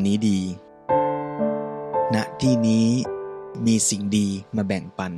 นี้ดีณที่นี้มีสิ่งดีมาแบ่งปัน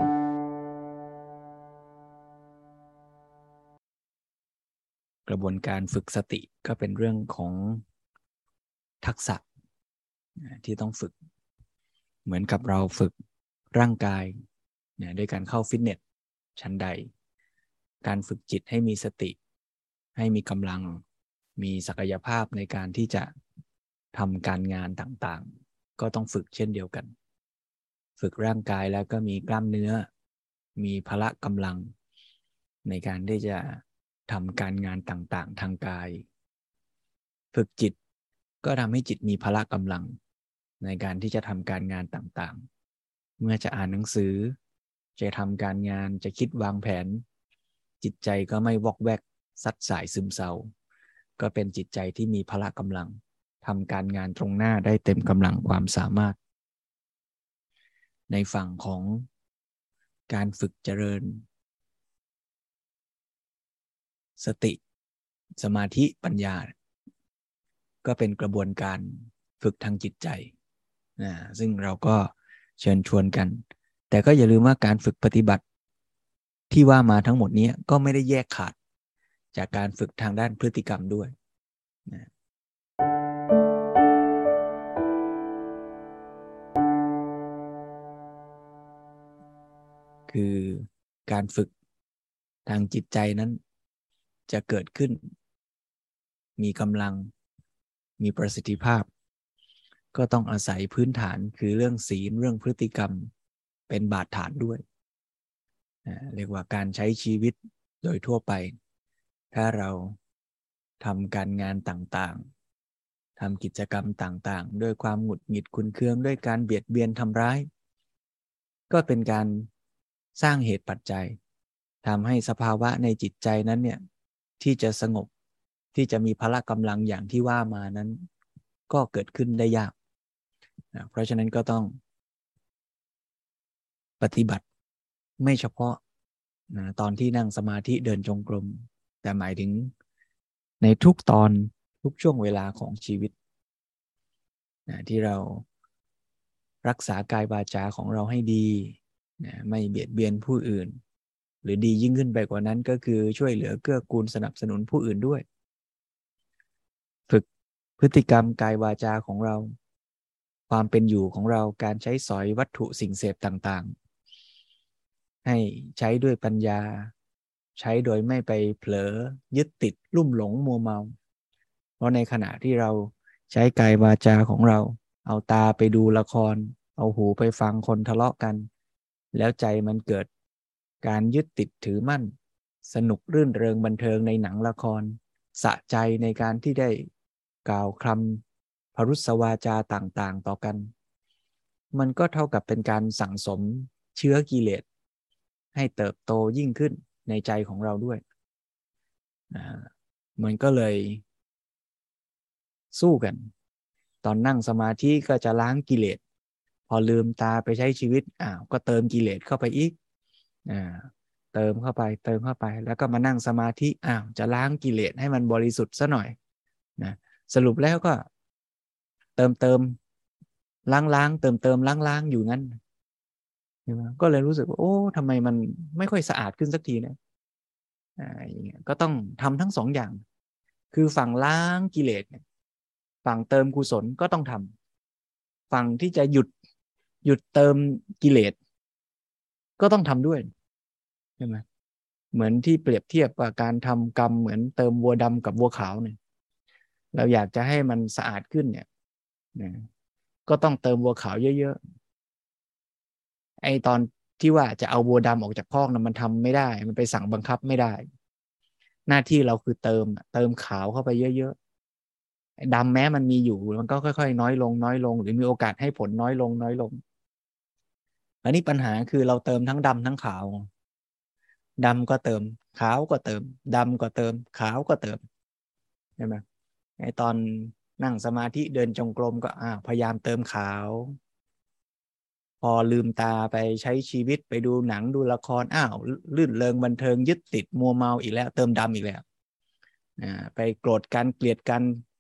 กระบวนการฝึกสติก็เป็นเรื่องของทักษะที่ต้องฝึกเหมือนกับเราฝึกร่างกายด้วยการเข้าฟิตเนสชั้นใดการฝึกจิตให้มีสติให้มีกำลังมีศักยภาพในการที่จะทำการงานต่างๆก็ต้องฝึกเช่นเดียวกันฝึกร่างกายแล้วก็มีกล้ามเนื้อมีพละกำลังในการที่จะทำการงานต่างๆทางกายฝึกจิตก็ทำให้จิตมีพละกำลังในการที่จะทำการงานต่างๆเมื่อจะอ่านหนังสือจะทำการงานจะคิดวางแผนจิตใจก็ไม่วอกแวกซัดสายซึมเศร้าก็เป็นจิตใจที่มีพละกำลังทำการงานตรงหน้าได้เต็มกำลังความสามารถในฝั่งของการฝึกเจริญสติสมาธิปัญญาก็เป็นกระบวนการฝึกทางจิตใจซึ่งเราก็เชิญชวนกันแต่ก็อย่าลืมว่าการฝึกปฏิบัติที่ว่ามาทั้งหมดนี้ก็ไม่ได้แยกขาดจากการฝึกทางด้านพฤติกรรมด้วยคือการฝึกทางจิตใจนั้นจะเกิดขึ้นมีกำลังมีประสิทธิภาพก็ต้องอาศัยพื้นฐานคือเรื่องศีลเรื่องพฤติกรรมเป็นบาดฐานด้วยเรียกว่าการใช้ชีวิตโดยทั่วไปถ้าเราทำการงานต่างๆทำกิจกรรมต่างๆด้วยความหงุดหงิดขุ่นเคืองด้วยการเบียดเบียนทำร้ายก็เป็นการสร้างเหตุปัจจัยทำให้สภาวะในจิตใจนั้นเนี่ยที่จะสงบที่จะมีพละกำลังอย่างที่ว่ามานั้นก็เกิดขึ้นได้ยากเพราะฉะนั้นก็ต้องปฏิบัติไม่เฉพาะตอนที่นั่งสมาธิเดินจงกรมแต่หมายถึงในทุกตอนทุกช่วงเวลาของชีวิตที่เรารักษากายวาจาของเราให้ดีไม่เบียดเบียนผู้อื่นหรือดียิ่งขึ้นไปกว่านั้นก็คือช่วยเหลือเกื้อกูลสนับสนุนผู้อื่นด้วยฝึกพฤติกรรมกายวาจาของเราความเป็นอยู่ของเราการใช้สอยวัตถุสิ่งเสพต่างๆให้ใช้ด้วยปัญญาใช้โดยไม่ไปเผลอยึดติดลุ่มหลงมัวเมาเพราะในขณะที่เราใช้กายวาจาของเราเอาตาไปดูละครเอาหูไปฟังคนทะเลาะกันแล้วใจมันเกิดการยึดติดถือมั่นสนุกรื่นเริงบันเทิงในหนังละครสะใจในการที่ได้กล่าวคำพรุสวาจาต่างๆต่อกันมันก็เท่ากับเป็นการสั่งสมเชื้อกิเลสให้เติบโตยิ่งขึ้นในใจของเราด้วยมันก็เลยสู้กันตอนนั่งสมาธิก็จะล้างกิเลสพอลืมตาไปใช้ชีวิตก็เติมกิเลสเข้าไปอีกเติมเข้าไปแล้วก็มานั่งสมาธิจะล้างกิเลสให้มันบริสุทธิ์ซะหน่อยนะสรุปแล้วก็เติมล้างเติมล้างอยู่งั้นก็เลยรู้สึกว่าโอ้ทำไมมันไม่ค่อยสะอาดขึ้นสักทีนะอย่างเงี้ยก็ต้องทำทั้งสองอย่างคือฝั่งล้างกิเลสฝั่งเติมกุศลก็ต้องทำฝั่งที่จะหยุดเติมกิเลสก็ต้องทำด้วยใช่ไหมเหมือนที่เปรียบเทียบว่าการทำกรรมเหมือนเติมวัวดำกับวัวขาวเนี่ยเราอยากจะให้มันสะอาดขึ้นเนี่ยก็ต้องเติมวัวขาวเยอะๆไอตอนที่ว่าจะเอาวัวดำออกจากคอกนะมันทำไม่ได้มันไปสั่งบังคับไม่ได้หน้าที่เราคือเติมขาวเข้าไปเยอะๆดำแม้มันมีอยู่มันก็ค่อยๆน้อยลงหรือมีโอกาสให้ผลน้อยลงอันนี้ปัญหาคือเราเติมทั้งดำทั้งขาวดำก็เติมขาวก็เติมดำก็เติมขาวก็เติมใช่ไหมไอตอนนั่งสมาธิเดินจงกรมก็พยายามเติมขาวพอลืมตาไปใช้ชีวิตไปดูหนังดูละครลื่นเริงบันเทิงยึดติดมัวเมาอีกแล้วเติมดำอีกแล้วไปโกรธกันเกลียดกัน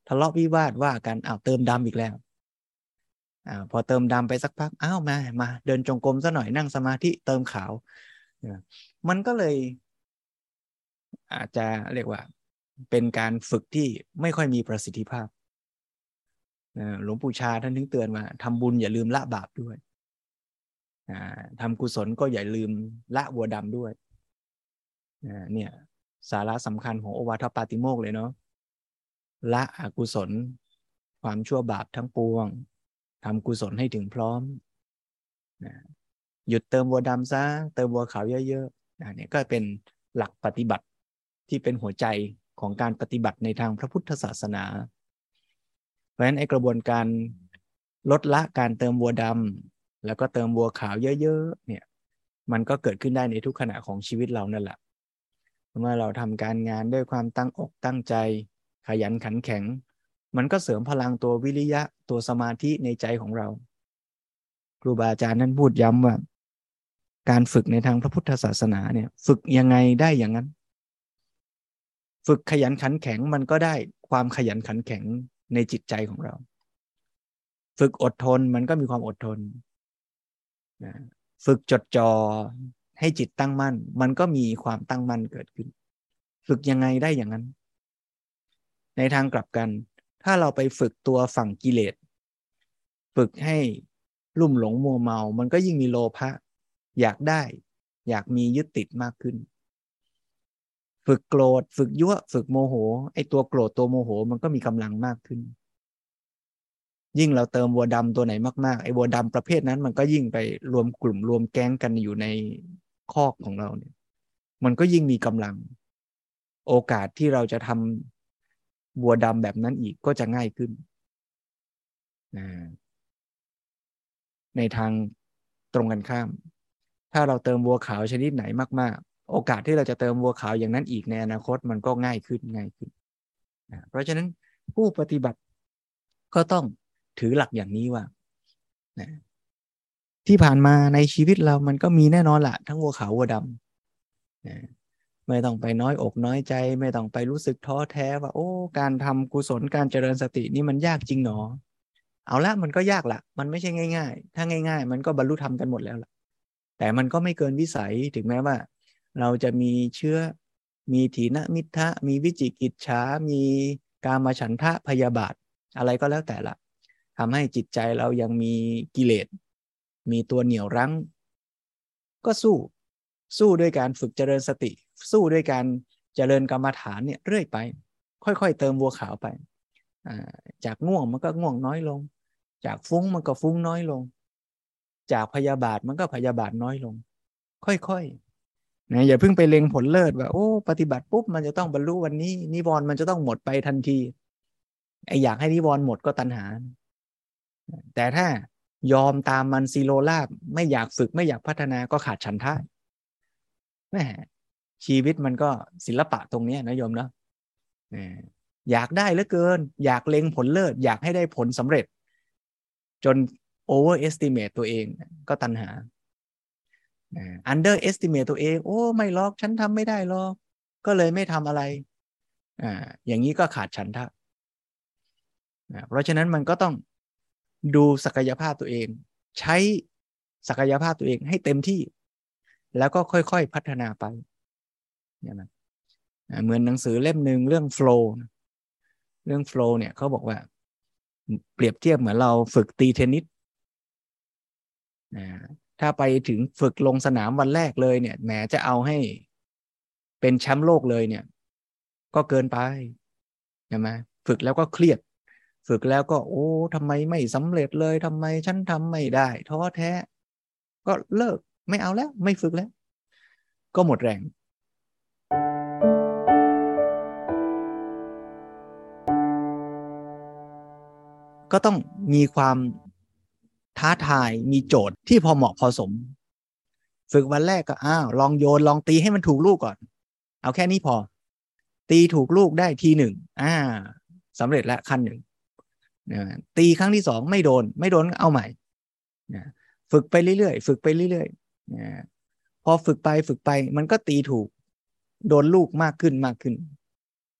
ทะเลาะวิวาทว่ากันเติมดำอีกแล้วพอเติมดำไปสักพักมาเดินจงกรมซะหน่อยนั่งสมาธิเติมขาวมันก็เลยอาจจะเรียกว่าเป็นการฝึกที่ไม่ค่อยมีประสิทธิภาพหลวงปู่ชาท่านถึงเตือนว่าทำบุญอย่าลืมละบาปด้วยทำกุศลก็อย่าลืมละวัวดำด้วยเนี่ยสาระสำคัญของโอวาทปาติโมกข์เลยเนาะละอกุศลความชั่วบาปทั้งปวงทำกุศลให้ถึงพร้อมหยุดเติมวัวดำซะเติมวัวขาวเยอะๆเนี่ยก็เป็นหลักปฏิบัติที่เป็นหัวใจของการปฏิบัติในทางพระพุทธศาสนาเพราะฉะนั้นกระบวนการลดละการเติมวัวดำแล้วก็เติมวัวขาวเยอะๆเนี่ยมันก็เกิดขึ้นได้ในทุกขณะของชีวิตเรานั่นแหละเมื่อเราทำการงานด้วยความตั้งอกตั้งใจขยันขันแข็งมันก็เสริมพลังตัววิริยะตัวสมาธิในใจของเราครูบาอาจารย์นั้นพูดย้ำว่าการฝึกในทางพระพุทธศาสนาเนี่ยฝึกยังไงได้อย่างนั้นฝึกขยันขันแข็งมันก็ได้ความขยันขันแข็งในจิตใจของเราฝึกอดทนมันก็มีความอดทนฝึกจดจ่อให้จิตตั้งมั่นมันก็มีความตั้งมั่นเกิดขึ้นฝึกยังไงได้อย่างนั้นในทางกลับกันถ้าเราไปฝึกตัวฝั่งกิเลสฝึกให้ลุ่มหลงมัวเมามันก็ยิ่งมีโลภะอยากได้อยากมียึดติดมากขึ้นฝึกโกรธฝึกยั่วฝึกโมโหตัวโกรธตัวโมโหมันก็มีกำลังมากขึ้นยิ่งเราเติมวัวดำตัวไหนมากๆวัวดำประเภทนั้นมันก็ยิ่งไปรวมกลุ่มรวมแก๊งกันอยู่ในคอกของเราเนี่ยมันก็ยิ่งมีกำลังโอกาสที่เราจะทำวัวดำแบบนั้นอีกก็จะง่ายขึ้นในทางตรงกันข้ามถ้าเราเติมวัวขาวชนิดไหนมากๆโอกาสที่เราจะเติมวัวขาวอย่างนั้นอีกในอนาคตมันก็ง่ายขึ้นเพราะฉะนั้นผู้ปฏิบัติก็ต้องถือหลักอย่างนี้ว่าที่ผ่านมาในชีวิตเรามันก็มีแน่นอนละทั้งวัวขาววัวดำไม่ต้องไปน้อยอกน้อยใจไม่ต้องไปรู้สึกท้อแท้ว่าโอ้การทำกุศลการเจริญสตินี่มันยากจริงหนอเอาละมันก็ยากละมันไม่ใช่ง่ายๆถ้าง่ายๆมันก็บรรลุธรรมกันหมดแล้วล่ะแต่มันก็ไม่เกินวิสัยถึงแม้ว่าเราจะมีเชื้อมีถีนมิทธะมีวิจิกิจฉามีกามฉันทะพยาบาทอะไรก็แล้วแต่ละทำให้จิตใจเรายังมีกิเลสมีตัวเหนี่ยวรั้งก็สู้ด้วยการฝึกเจริญสติสู้ด้วยการเจริญกรรมฐานเนี่ยเรื่อยไปค่อยๆเติมบัวขาวไปจากง่วงมันก็ง่วงน้อยลงจากฟุ้งมันก็ฟุ้งน้อยลงจากพยาบาทมันก็พยาบาทน้อยลงค่อยๆนะอย่าเพิ่งไปเล็งผลเลิศว่าโอ้ปฏิบัติปุ๊บมันจะต้องบรรลุวันนี้นิวรณ์มันจะต้องหมดไปทันทีอยากให้นิวรณ์หมดก็ตัณหาแต่ถ้ายอมตามมันซีโรราบไม่อยากฝึกไม่อยากพัฒนาก็ขาดฉันทะแม่ชีวิตมันก็ศิลปะตรงนี้นะโยมเนาะอยากได้เหลือเกินอยากเล็งผลเลิศอยากให้ได้ผลสำเร็จจน overestimate ตัวเองก็ตัณหา underestimate ตัวเองโอ้ไม่หรอกฉันทำไม่ได้หรอกก็เลยไม่ทำอะไรอย่างนี้ก็ขาดฉันทะเพราะฉะนั้นมันก็ต้องดูศักยภาพตัวเองใช้ศักยภาพตัวเองให้เต็มที่แล้วก็ค่อยๆพัฒนาไปเนี่ยเหมือนหนังสือเล่มหนึ่งเรื่อง flow เนี่ยเขาบอกว่าเปรียบเทียบเหมือนเราฝึกตีเทนนิสถ้าไปถึงฝึกลงสนามวันแรกเลยเนี่ยแหมจะเอาให้เป็นแชมป์โลกเลยเนี่ยก็เกินไปใช่ไหมฝึกแล้วก็เครียดฝึกแล้วก็โอ้ทำไมไม่สำเร็จเลยทำไมฉันทำไม่ได้ท้อแท้ก็เลิกไม่เอาแล้วไม่ฝึกแล้วก็หมดแรงก็ต้องมีความท้าทายมีโจทย์ที่พอเหมาะพอสมฝึกวันแรกก็ลองโยนลองตีให้มันถูกลูกก่อนเอาแค่นี้พอตีถูกลูกได้ทีหนึ่งสำเร็จแล้วขั้นหนึ่งตีครั้งที่สองไม่โดนเอาใหม่ฝึกไปเรื่อยๆฝึกไปเรื่อยๆพอฝึกไปมันก็ตีถูกโดนลูกมากขึ้น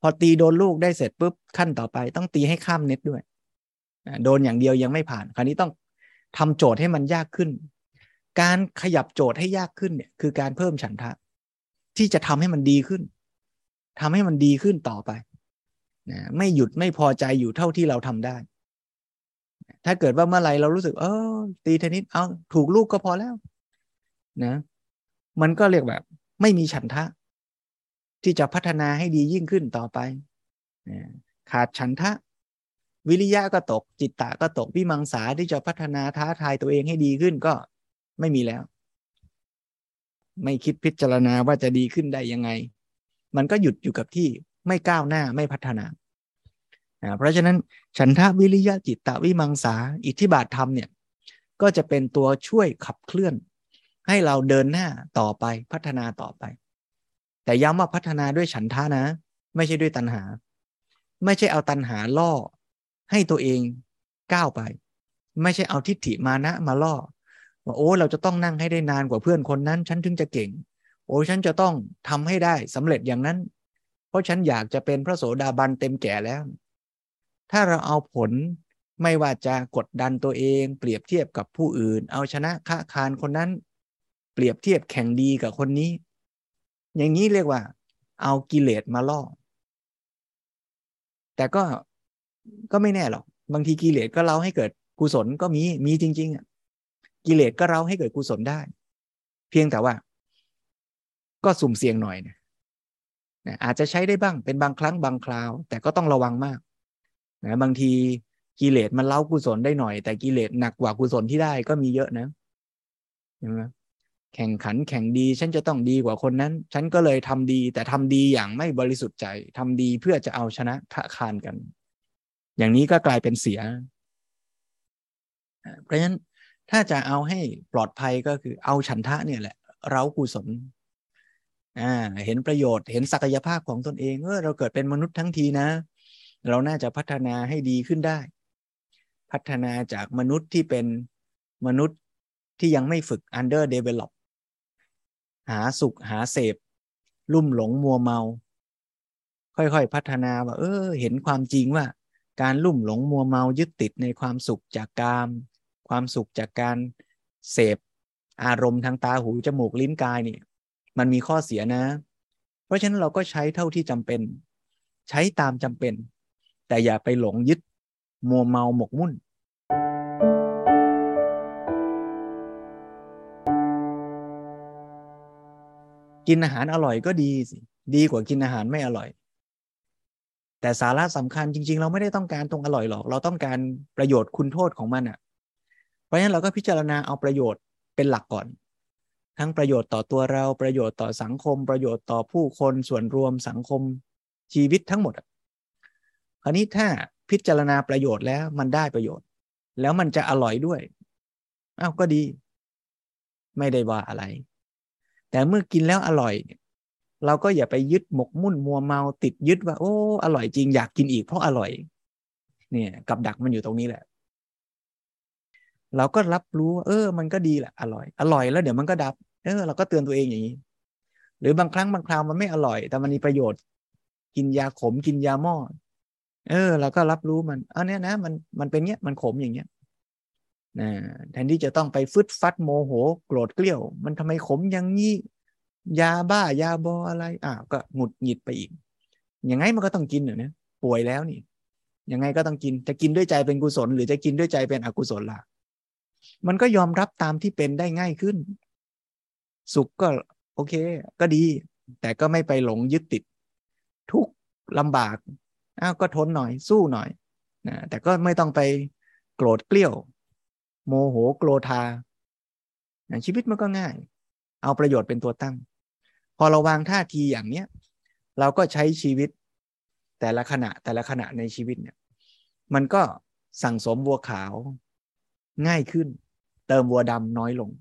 พอตีโดนลูกได้เสร็จปุ๊บขั้นต่อไปต้องตีให้ข้ามเน็ตด้วยโดนอย่างเดียวยังไม่ผ่านคราวนี้ต้องทำโจทย์ให้มันยากขึ้นการขยับโจทย์ให้ยากขึ้นเนี่ยคือการเพิ่มฉันทะที่จะทำให้มันดีขึ้นทำให้มันดีขึ้นต่อไปนะไม่หยุดไม่พอใจอยู่เท่าที่เราทำได้ถ้าเกิดว่าเมื่อไหร่เรารู้สึกตีเทนนิสเอาถูกลูกก็พอแล้วนะมันก็เรียกแบบไม่มีฉันทะที่จะพัฒนาให้ดียิ่งขึ้นต่อไปขาดฉันทะวิริยะก็ตกจิตตะก็ตกวิมังสาที่จะพัฒนาท้าทายตัวเองให้ดีขึ้นก็ไม่มีแล้วไม่คิดพิจารณาว่าจะดีขึ้นได้ยังไงมันก็หยุดอยู่กับที่ไม่ก้าวหน้าไม่พัฒนาเพราะฉะนั้นฉันทะวิริยะจิตตะวิมังสาอิทธิบาทธรรมเนี่ยก็จะเป็นตัวช่วยขับเคลื่อนให้เราเดินหน้าต่อไปพัฒนาต่อไปแต่ย้ำว่าพัฒนาด้วยฉันทะนะไม่ใช่ด้วยตัณหาไม่ใช่เอาตัณหาล่อให้ตัวเองก้าวไปไม่ใช่เอาทิฏฐิมานะมาล่อว่าโอ้เราจะต้องนั่งให้ได้นานกว่าเพื่อนคนนั้นฉันถึงจะเก่งโอ้ฉันจะต้องทำให้ได้สำเร็จอย่างนั้นเพราะฉันอยากจะเป็นพระโสดาบันเต็มแก่แล้วถ้าเราเอาผลไม่ว่าจะกดดันตัวเองเปรียบเทียบกับผู้อื่นเอาชนะค้าคานคนนั้นเปรียบเทียบแข่งดีกับคนนี้อย่างนี้เรียกว่าเอากิเลสมาล่อแต่ก็ไม่แน่หรอกบางทีกิเลสก็เล่าให้เกิดกุศลก็มีจริงๆอ่ะกิเลสก็เล่าให้เกิดกุศลได้เพียงแต่ว่าก็สุ่มเสี่ยงหน่อยนะอาจจะใช้ได้บ้างเป็นบางครั้งบางคราวแต่ก็ต้องระวังมากนะบางทีกิเลสมันเล่ากุศลได้หน่อยแต่กิเลสหนักกว่ากุศลที่ได้ก็มีเยอะนะเห็นไหมแข่งขันแข่งดีฉันจะต้องดีกว่าคนนั้นฉันก็เลยทำดีแต่ทำดีอย่างไม่บริสุทธิ์ใจทำดีเพื่อจะเอาชนะทะคานกันอย่างนี้ก็กลายเป็นเสียเพราะฉะนั้นถ้าจะเอาให้ปลอดภัยก็คือเอาฉันทะเนี่ยแหละเร้ากุศลเห็นประโยชน์เห็นศักยภาพของตนเองเราเกิดเป็นมนุษย์ทั้งทีนะเราน่าจะพัฒนาให้ดีขึ้นได้พัฒนาจากมนุษย์ที่เป็นมนุษย์ที่ยังไม่ฝึก under develop หาสุขหาเสพลุ่มหลงมัวเมาค่อยๆพัฒนาว่าเห็นความจริงว่าการลุ่มหลงมัวเมายึดติดในความสุขจากกามความสุขจากการเสพอารมณ์ทางตาหูจมูกลิ้นกายนี่มันมีข้อเสียนะเพราะฉะนั้นเราก็ใช้เท่าที่จำเป็นใช้ตามจำเป็นแต่อย่าไปหลงยึดมัวเมาหมกมุ่นกินอาหารอร่อยก็ดีสิดีกว่ากินอาหารไม่อร่อยแต่สาระสำคัญจริงๆเราไม่ได้ต้องการตรงอร่อยหรอกเราต้องการประโยชน์คุณโทษของมันอ่ะเพราะฉะนั้นเราก็พิจารณาเอาประโยชน์เป็นหลักก่อนทั้งประโยชน์ต่อตัวเราประโยชน์ต่อสังคมประโยชน์ต่อผู้คนส่วนรวมสังคมชีวิตทั้งหมดคราวนี้ถ้าพิจารณาประโยชน์แล้วมันได้ประโยชน์แล้วมันจะอร่อยด้วยก็ดีไม่ได้ว่าอะไรแต่เมื่อกินแล้วอร่อยเราก็อย่าไปยึดหมกมุ่นมัวเมาติดยึดว่าโอ้อร่อยจริงอยากกินอีกเพราะอร่อยเนี่ยกับดักมันอยู่ตรงนี้แหละเราก็รับรู้มันก็ดีแหละอร่อยอร่อยแล้วเดี๋ยวมันก็ดับเราก็เตือนตัวเองอย่างนี้หรือบางครั้งบางคราวมันไม่อร่อยแต่มันมีประโยชน์กินยาขมกินยาหม้อเราก็รับรู้มันเนี่ยนะมันเป็นเนี้ยมันขมอย่างเงี้ยนะแทนที่จะต้องไปฟึดฟัดโมโหโกรธเกลี้ยวมันทำไมขมอย่างนี้ยาบ้ายาบออะไรก็หงุดหงิดไปอีกยังไงมันก็ต้องกินนะป่วยแล้วนี่ยังไงก็ต้องกินจะกินด้วยใจเป็นกุศลหรือจะกินด้วยใจเป็นอกุศลล่ะมันก็ยอมรับตามที่เป็นได้ง่ายขึ้นสุขก็โอเคก็ดีแต่ก็ไม่ไปหลงยึดติดทุกข์ลำบากก็ทนหน่อยสู้หน่อยนะแต่ก็ไม่ต้องไปโกรธเกลี้ยวโมโหโกรธาชีวิตมันก็ง่ายเอาประโยชน์เป็นตัวตั้งพอเราวางท่าทีอย่างเนี้ยเราก็ใช้ชีวิตแต่ละขณะในชีวิตเนี่ยมันก็สั่งสมบัวขาวง่ายขึ้นเติมบัวดำน้อยลง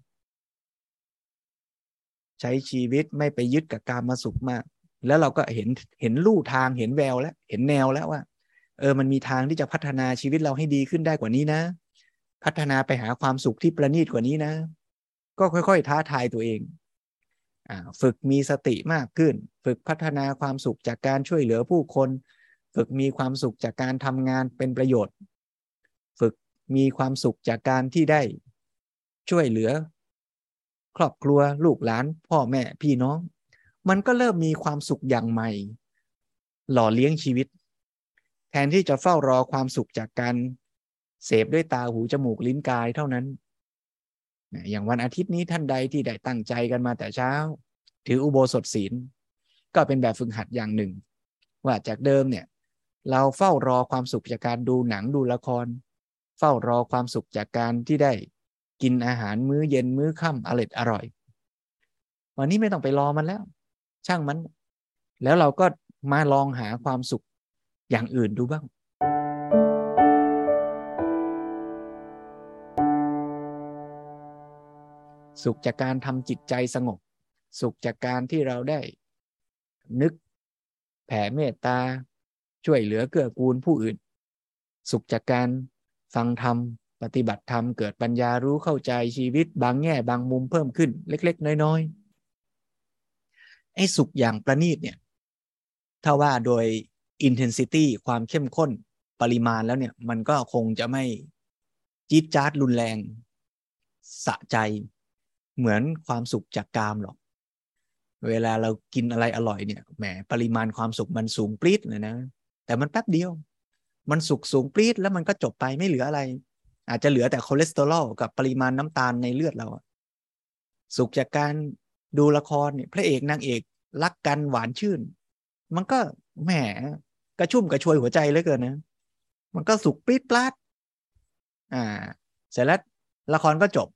ใช้ชีวิตไม่ไปยึดกับกามสุขมากแล้วเราก็เห็นลู่ทางเห็นแววแล้วเห็นแนวแล้วว่ามันมีทางที่จะพัฒนาชีวิตเราให้ดีขึ้นได้กว่านี้นะพัฒนาไปหาความสุขที่ประณีตกว่านี้นะก็ค่อยๆท้าทายตัวเองฝึกมีสติมากขึ้นฝึกพัฒนาความสุขจากการช่วยเหลือผู้คนฝึกมีความสุขจากการทำงานเป็นประโยชน์ฝึกมีความสุขจากการที่ได้ช่วยเหลือครอบครัวลูกหลานพ่อแม่พี่น้องมันก็เริ่มมีความสุขอย่างใหม่หล่อเลี้ยงชีวิตแทนที่จะเฝ้ารอความสุขจากการเสพด้วยตาหูจมูกลิ้นกายเท่านั้นอย่างวันอาทิตย์นี้ท่านใดที่ได้ตั้งใจกันมาแต่เช้าถืออุโบสถศีลก็เป็นแบบฝึกหัดอย่างหนึ่งว่าจากเดิมเนี่ยเราเฝ้ารอความสุขจากการดูหนังดูละครเฝ้ารอความสุขจากการที่ได้กินอาหารมื้อเย็นมื้อค่ำอร่อยวันนี้ไม่ต้องไปรอมันแล้วช่างมันแล้วเราก็มาลองหาความสุขอย่างอื่นดูบ้างสุขจากการทำจิตใจสงบสุขจากการที่เราได้นึกแผ่เมตตาช่วยเหลือเกื้อกูลผู้อื่นสุขจากการฟังธรรมปฏิบัติธรรมเกิดปัญญารู้เข้าใจชีวิตบางแง่บางมุมเพิ่มขึ้นเล็กๆน้อยๆไอ้สุขอย่างประณีตเนี่ยถ้าว่าโดย intensity ความเข้มข้นปริมาณแล้วเนี่ยมันก็คงจะไม่จี๊ดจ๊าดรุนแรงสะใจเหมือนความสุขจากกามหรอกเวลาเรากินอะไรอร่อยเนี่ยแหมปริมาณความสุขมันสูงปรี๊ดเลยนะแต่มันแป๊บเดียวมันสุขสูงปรี๊ดแล้วมันก็จบไปไม่เหลืออะไรอาจจะเหลือแต่คอเลสเตอรอลกับปริมาณน้ำตาลในเลือดเราสุขจากการดูละครเนี่ยพระเอกนางเอกรักกันหวานชื่นมันก็แหมกระชุ่มกระชวยหัวใจเหลือเกินนะมันก็สุขปรี๊ดปราดเสร็จแล้วละครก็จบ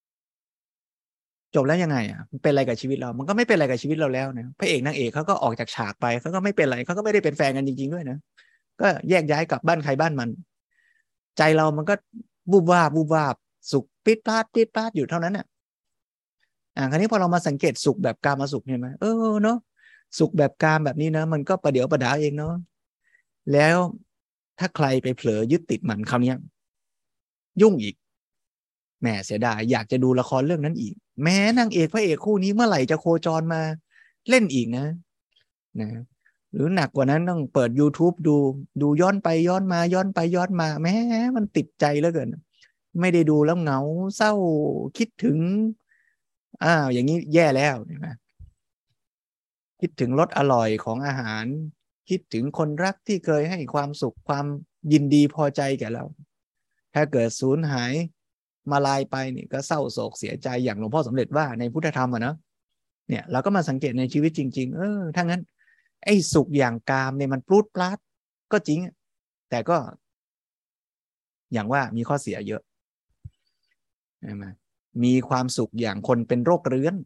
แล้วยังไงมันเป็นอะไรกับชีวิตเรามันก็ไม่เป็นอะไรกับชีวิตเราแล้วนะพระเอกนางเอกเขาก็ออกจากฉากไปเขาก็ไม่เป็นไรเขาก็ไม่ได้เป็นแฟนกันจริงๆด้วยนะก็แยกย้ายกลับบ้านใครบ้านมันใจเรามันก็บูบวาบบูบวาบสุขปิดปาดปิดปาดอยู่เท่านั้นคราวนี้พอเรามาสังเกตสุขแบบกามสุขเห็นไหมเนาะสุขแบบกามแบบนี้นะมันก็ประเดี๋ยวประดาเองเนาะแล้วถ้าใครไปเผลอยึดติดมันคราวนี้ยุ่งอีกแหมเสียดายอยากจะดูละครเรื่องนั้นอีกแม้นางเอกพระเอกคู่นี้เมื่อไหร่จะโคจรมาเล่นอีกนะหรือหนักกว่านั้นต้องเปิด YouTube ดูย้อนไปย้อนมาย้อนไปย้อนมาแม้มันติดใจเหลือเกินไม่ได้ดูแล้วเหงาเศร้าคิดถึงอย่างนี้แย่แล้วใช่ไหมคิดถึงรสอร่อยของอาหารคิดถึงคนรักที่เคยให้ความสุขความยินดีพอใจแก่เราถ้าเกิดสูญหายมาลายไปนี่ก็เศร้าโศกเสียใจอย่างหลวงพ่อสมเด็จว่าในพุทธธรรมนะเนี่ยเราก็มาสังเกตในชีวิตจริงๆถ้างั้นไอ้สุขอย่างกามเนี่ยมันปลุดปลัดก็จริงแต่ก็อย่างว่ามีข้อเสียเยอะใช่ไหมมีความสุขอย่างคนเป็นโรคเรื้อน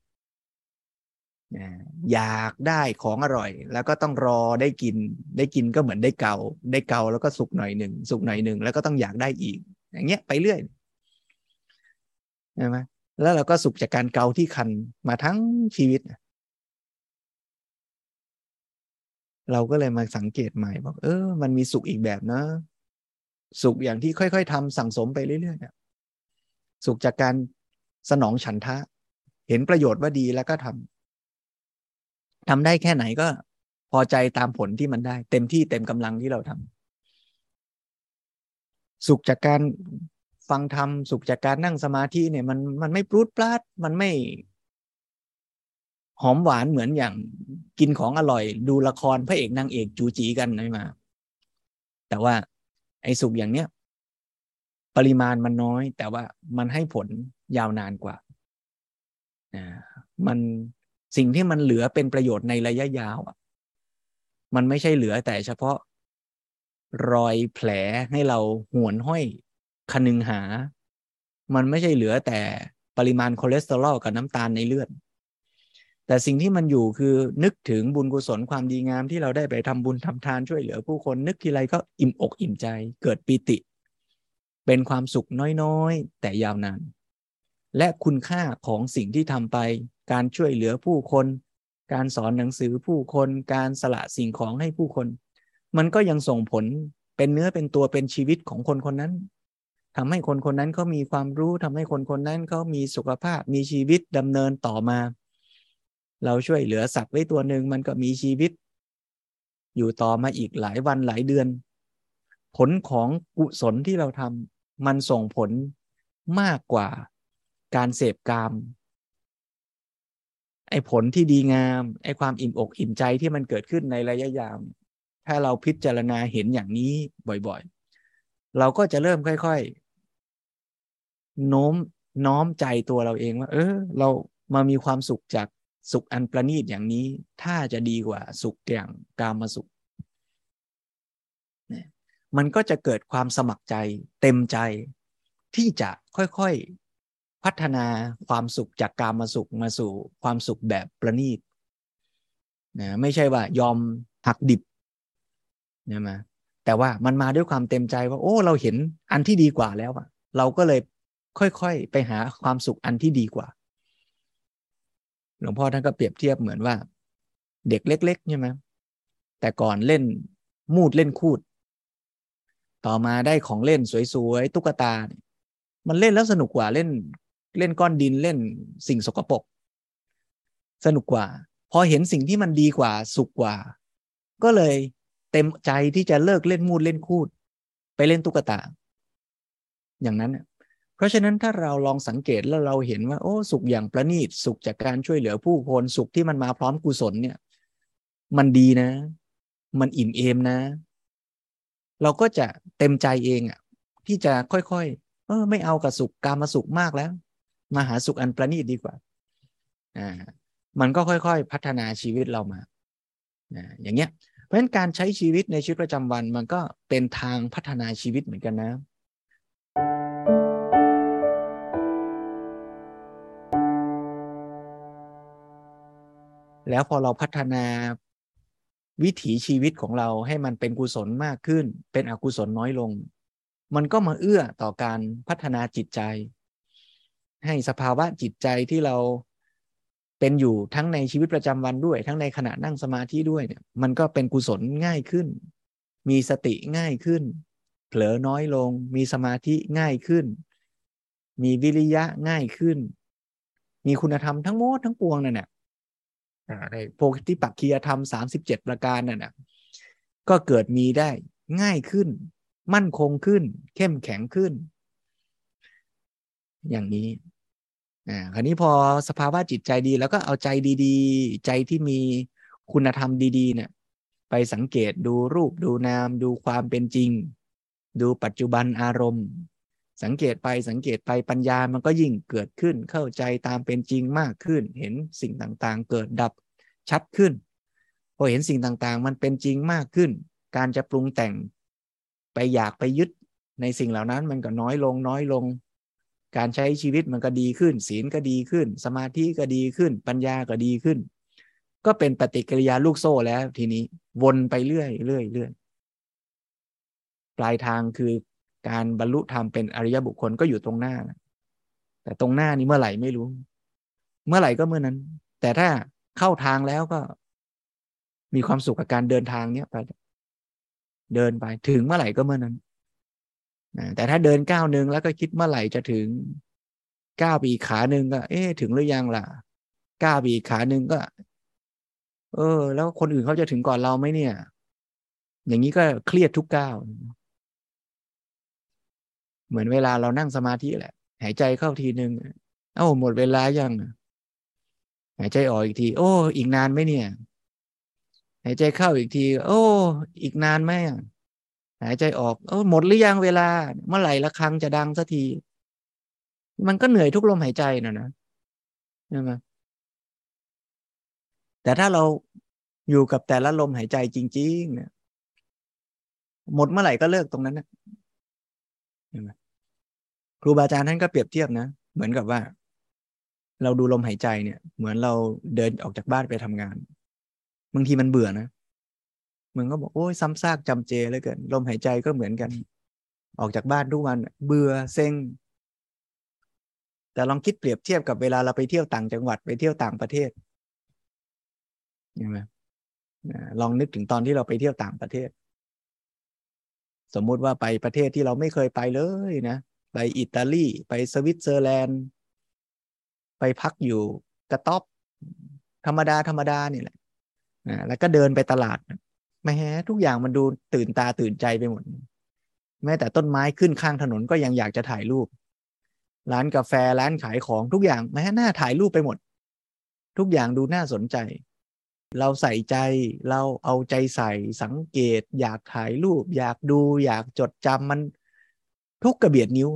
อยากได้ของอร่อยแล้วก็ต้องรอได้กินก็เหมือนได้เกาแล้วก็สุขหน่อยหนึ่งแล้วก็ต้องอยากได้อีกอย่างเงี้ยไปเรื่อยใช่ไหมแล้วเราก็สุขจากการเกาที่คันมาทั้งชีวิตเราก็เลยมาสังเกตใหม่บอกมันมีสุขอีกแบบนะสุขอย่างที่ค่อยๆทำสั่งสมไปเรื่อยๆสุขจากการสนองฉันทะเห็นประโยชน์ว่าดีแล้วก็ทำได้แค่ไหนก็พอใจตามผลที่มันได้เต็มที่เต็มกำลังที่เราทำสุขจากการฟังธรรมสุขจากการนั่งสมาธิเนี่ยมันไม่ปลุดปลัดมันไม่หอมหวานเหมือนอย่างกินของอร่อยดูละครพระเอกนางเอกจูจีกันไม่มาแต่ว่าไอ้สุขอย่างเนี้ยปริมาณมันน้อยแต่ว่ามันให้ผลยาวนานกว่ามันสิ่งที่มันเหลือเป็นประโยชน์ในระยะยาวมันไม่ใช่เหลือแต่เฉพาะรอยแผลให้เราหวนห้อยคนึงหามันไม่ใช่เหลือแต่ปริมาณคอเลสเตอรอลกับน้ำตาลในเลือดแต่สิ่งที่มันอยู่คือนึกถึงบุญกุศลความดีงามที่เราได้ไปทำบุญทำทานช่วยเหลือผู้คนนึกทีไรก็อิ่มอกอิ่มใจเกิดปีติเป็นความสุขน้อยๆแต่ยาวนานและคุณค่าของสิ่งที่ทำไปการช่วยเหลือผู้คนการสอนหนังสือผู้คนการสละสิ่งของให้ผู้คนมันก็ยังส่งผลเป็นเนื้อเป็นตัวเป็นชีวิตของคนคนนั้นทำให้คนคนนั้นเขามีความรู้ทำให้คนคนนั้นเขามีสุขภาพมีชีวิตดำเนินต่อมาเราช่วยเหลือสัตว์ไว้ตัวหนึ่งมันก็มีชีวิตอยู่ต่อมาอีกหลายวันหลายเดือนผลของกุศลที่เราทำมันส่งผลมากกว่าการเสพกามไอ้ผลที่ดีงามไอ้ความอิ่มอกอิ่มใจที่มันเกิดขึ้นในระยะยาวถ้าเราพิจารณาเห็นอย่างนี้บ่อยๆเราก็จะเริ่มค่อยๆน้อมใจตัวเราเองว่าเรามามีความสุขจากสุขอันประณีตอย่างนี้ถ้าจะดีกว่าสุขอย่างกามสุขมันก็จะเกิดความสมัครใจเต็มใจที่จะค่อยๆพัฒนาความสุขจากกามสุขมาสู่ความสุขแบบประณีตนะไม่ใช่ว่ายอมหักดิบใช่ไหมแต่ว่ามันมาด้วยความเต็มใจว่าโอ้เราเห็นอันที่ดีกว่าแล้วอะเราก็เลยค่อยๆไปหาความสุขอันที่ดีกว่าหลวงพ่อท่านก็เปรียบเทียบเหมือนว่าเด็กเล็กๆใช่ไหมแต่ก่อนเล่นมูดเล่นคูดต่อมาได้ของเล่นสวยๆตุ๊กตาเนี่ยมันเล่นแล้วสนุกกว่าเล่นก้อนดินเล่นสิ่งสกปรกสนุกกว่าพอเห็นสิ่งที่มันดีกว่าสุขกว่าก็เลยเต็มใจที่จะเลิกเล่นมูดเล่นคูดไปเล่นตุ๊กตาอย่างนั้นเพราะฉะนั้นถ้าเราลองสังเกตแล้วเราเห็นว่าโอ้สุขอย่างประณีตสุขจากการช่วยเหลือผู้คนสุขที่มันมาพร้อมกุศลเนี่ยมันดีนะมันอิ่มเอมนะเราก็จะเต็มใจเองอ่ะที่จะค่อยๆไม่เอากับสุขกามสุขมากแล้วมาหาสุขอันประณีตดีกว่ามันก็ค่อยๆพัฒนาชีวิตเรามาอย่างเงี้ยเพราะฉะนั้นการใช้ชีวิตในชีวิตประจำวันมันก็เป็นทางพัฒนาชีวิตเหมือนกันนะแล้วพอเราพัฒนาวิถีชีวิตของเราให้มันเป็นกุศลมากขึ้นเป็นอกุศลน้อยลงมันก็มาเอื้อต่อการพัฒนาจิตใจให้สภาวะจิตใจที่เราเป็นอยู่ทั้งในชีวิตประจำวันด้วยทั้งในขณะนั่งสมาธิด้วยเนี่ยมันก็เป็นกุศลง่ายขึ้นมีสติง่ายขึ้นเผลอน้อยลงมีสมาธิง่ายขึ้นมีวิริยะง่ายขึ้นมีคุณธรรมทั้งหมดทั้งปวงนั่นแหละในโพธิปักขียธรรม37ประการนั่นนะก็เกิดมีได้ง่ายขึ้นมั่นคงขึ้นเข้มแข็งขึ้นอย่างนี้คราวนี้พอสภาวะจิตใจดีแล้วก็เอาใจดีๆใจที่มีคุณธรรมดีๆเนี่ยไปสังเกตดูรูปดูนามดูความเป็นจริงดูปัจจุบันอารมณ์สังเกตไปสังเกตไปปัญญามันก็ยิ่งเกิดขึ้นเข้าใจตามเป็นจริงมากขึ้นเห็นสิ่งต่างๆเกิดดับชัดขึ้นพอเห็นสิ่งต่างๆมันเป็นจริงมากขึ้นการจะปรุงแต่งไปอยากไปยึดในสิ่งเหล่านั้นมันก็น้อยลงน้อยลงการใช้ชีวิตมันก็ดีขึ้นศีลก็ดีขึ้นสมาธิก็ดีขึ้นปัญญาก็ดีขึ้นก็เป็นปฏิกิริยาลูกโซ่แล้วทีนี้วนไปเรื่อยเรื่อยเรื่อยปลายทางคือการบรรลุธรรมเป็นอริยบุคคลก็อยู่ตรงหน้านะแต่ตรงหน้านี้เมื่อไหร่ไม่รู้เมื่อไหร่ก็เมื่อนั้นแต่ถ้าเข้าทางแล้วก็มีความสุขกับการเดินทางเนี้ยไปเดินไปถึงเมื่อไหร่ก็เมื่อนั้นแต่ถ้าเดินก้าวหนึ่งแล้วก็คิดเมื่อไหร่จะถึงก้าวไปอีกขาหนึ่งก็ถึงหรือยังล่ะก้าวไปอีกขาหนึ่งก็แล้วคนอื่นเขาจะถึงก่อนเราไหมเนี่ยอย่างนี้ก็เครียดทุกก้าวเหมือนเวลาเรานั่งสมาธิแหละหายใจเข้าทีนึงหมดเวลายังหายใจออกอีกทีอีกนานไหมเนี่ยหายใจเข้าอีกทีอีกนานไหมหายใจออกหมดหรือยังเวลาเมื่อไหร่ระฆังจะดังสักทีมันก็เหนื่อยทุกลมหายใจนะใช่ไหมแต่ถ้าเราอยู่กับแต่ละลมหายใจจริงๆเนี่ยหมดเมื่อไหร่ก็เลิกตรงนั้นนะใช่ไหมครูบาอาจารย์ท่านก็เปรียบเทียบนะเหมือนกับว่าเราดูลมหายใจเนี่ยเหมือนเราเดินออกจากบ้านไปทำงานบางทีมันเบื่อนะมันก็บอกโอ้ยซ้ำซากจำเจเหลือเกินลมหายใจก็เหมือนกันออกจากบ้านทุกวันเบื่อเซ็งแต่ลองคิดเปรียบเทียบกับเวลาเราไปเที่ยวต่างจังหวัดไปเที่ยวต่างประเทศใช่ไหมลองนึกถึงตอนที่เราไปเที่ยวต่างประเทศสมมุติว่าไปประเทศที่เราไม่เคยไปเลยนะไปอิตาลีไปสวิตเซอร์แลนด์ไปพักอยู่กระต๊อบธรรมดาธรรมดานี่แหละแล้วก็เดินไปตลาดแม้ทุกอย่างมันดูตื่นตาตื่นใจไปหมดแม้แต่ต้นไม้ขึ้นข้างถนนก็ยังอยากจะถ่ายรูปร้านกาแฟร้านขายของทุกอย่างแม้น่าถ่ายรูปไปหมดทุกอย่างดูน่าสนใจเราใส่ใจเราเอาใจใส่สังเกตอยากถ่ายรูปอยากดูอยากจดจำมันทุกกระเบียดนิ้ว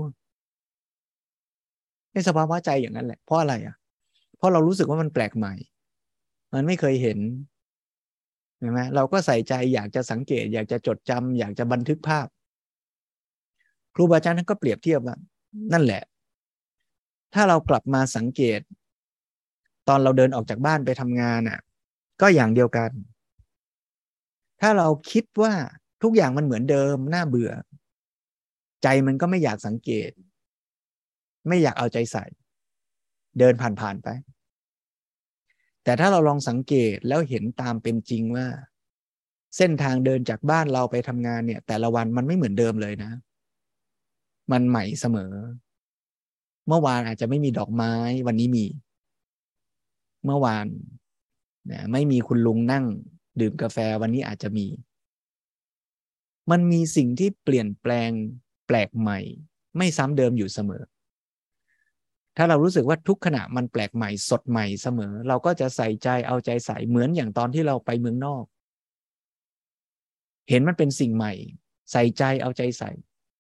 ในสภาวะใจอย่างนั้นแหละเพราะอะไรอ่ะเพราะเรารู้สึกว่ามันแปลกใหม่มันไม่เคยเห็นใช่ไหมเราก็ใส่ใจอยากจะสังเกตอยากจะจดจำอยากจะบันทึกภาพครูบาอาจารย์ท่านก็เปรียบเทียบว่านั่นแหละถ้าเรากลับมาสังเกตตอนเราเดินออกจากบ้านไปทำงานอ่ะก็อย่างเดียวกันถ้าเราคิดว่าทุกอย่างมันเหมือนเดิมน่าเบื่อใจมันก็ไม่อยากสังเกตไม่อยากเอาใจใส่เดินผ่านๆไปแต่ถ้าเราลองสังเกตแล้วเห็นตามเป็นจริงว่าเส้นทางเดินจากบ้านเราไปทำงานเนี่ยแต่ละวันมันไม่เหมือนเดิมเลยนะมันใหม่เสมอเมื่อวานอาจจะไม่มีดอกไม้วันนี้มีเมื่อวานนะไม่มีคุณลุงนั่งดื่มกาแฟวันนี้อาจจะมีมันมีสิ่งที่เปลี่ยนแปลงแปลกใหม่ไม่ซ้ำเดิมอยู่เสมอถ้าเรารู้สึกว่าทุกขณะมันแปลกใหม่สดใหม่เสมอเราก็จะใส่ใจเอาใจใส่เหมือนอย่างตอนที่เราไปเมืองนอกเห็นมันเป็นสิ่งใหม่ใส่ใจเอาใจใส่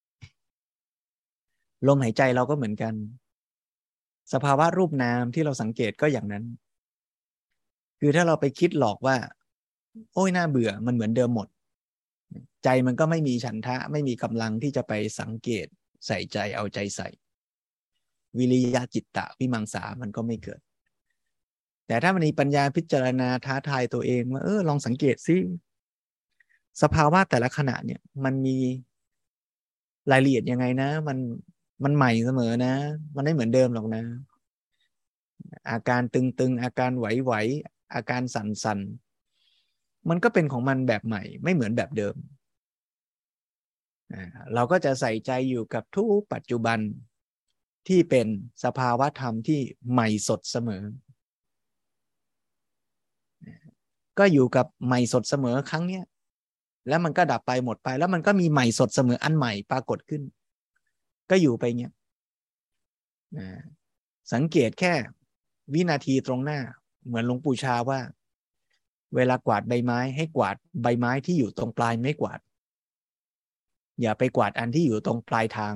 ลมหายใจเราก็เหมือนกันสภาวะรูปนามที่เราสังเกตก็อย่างนั้นคือถ้าเราไปคิดหลอกว่าโอ้ยน่าเบื่อมันเหมือนเดิมหมดใจมันก็ไม่มีฉันทะไม่มีกำลังที่จะไปสังเกตใส่ใจเอาใจใส่วิริยะจิตตะวิมังสามันก็ไม่เกิดแต่ถ้ามันมีปัญญาพิจารณาท้าทายตัวเองว่าลองสังเกตซิสภาวะแต่ละขณะเนี่ยมันมีรายละเอียดยังไงนะมันใหม่เสมอนะมันไม่เหมือนเดิมหรอกนะอาการตึงๆอาการไหวๆอาการสั่นๆมันก็เป็นของมันแบบใหม่ไม่เหมือนแบบเดิมเราก็จะใส่ใจอยู่กับทุกปัจจุบันที่เป็นสภาวะธรรมที่ใหม่สดเสมอก็อยู่กับใหม่สดเสมอครั้งเนี้ยแล้วมันก็ดับไปหมดไปแล้วมันก็มีใหม่สดเสมออันใหม่ปรากฏขึ้นก็อยู่ไปเงี้ยสังเกตแค่วินาทีตรงหน้าเหมือนหลวงปู่ชาว่าเวลากวาดใบไม้ให้กวาดใบไม้ที่อยู่ตรงปลายไม่กวาดอย่าไปกวาดอันที่อยู่ตรงปลายทาง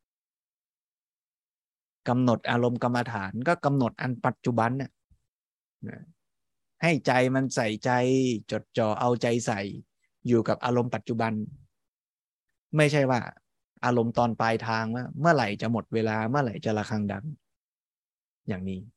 กำหนดอารมณ์กรรมฐานก็กำหนดอันปัจจุบันน่ะให้ใจมันใส่ใจจดจ่อเอาใจใส่อยู่กับอารมณ์ปัจจุบันไม่ใช่ว่าอารมณ์ตอนปลายทางว่าเมื่อไหร่จะหมดเวลาเมื่อไหร่จะระฆังดังอย่างนี้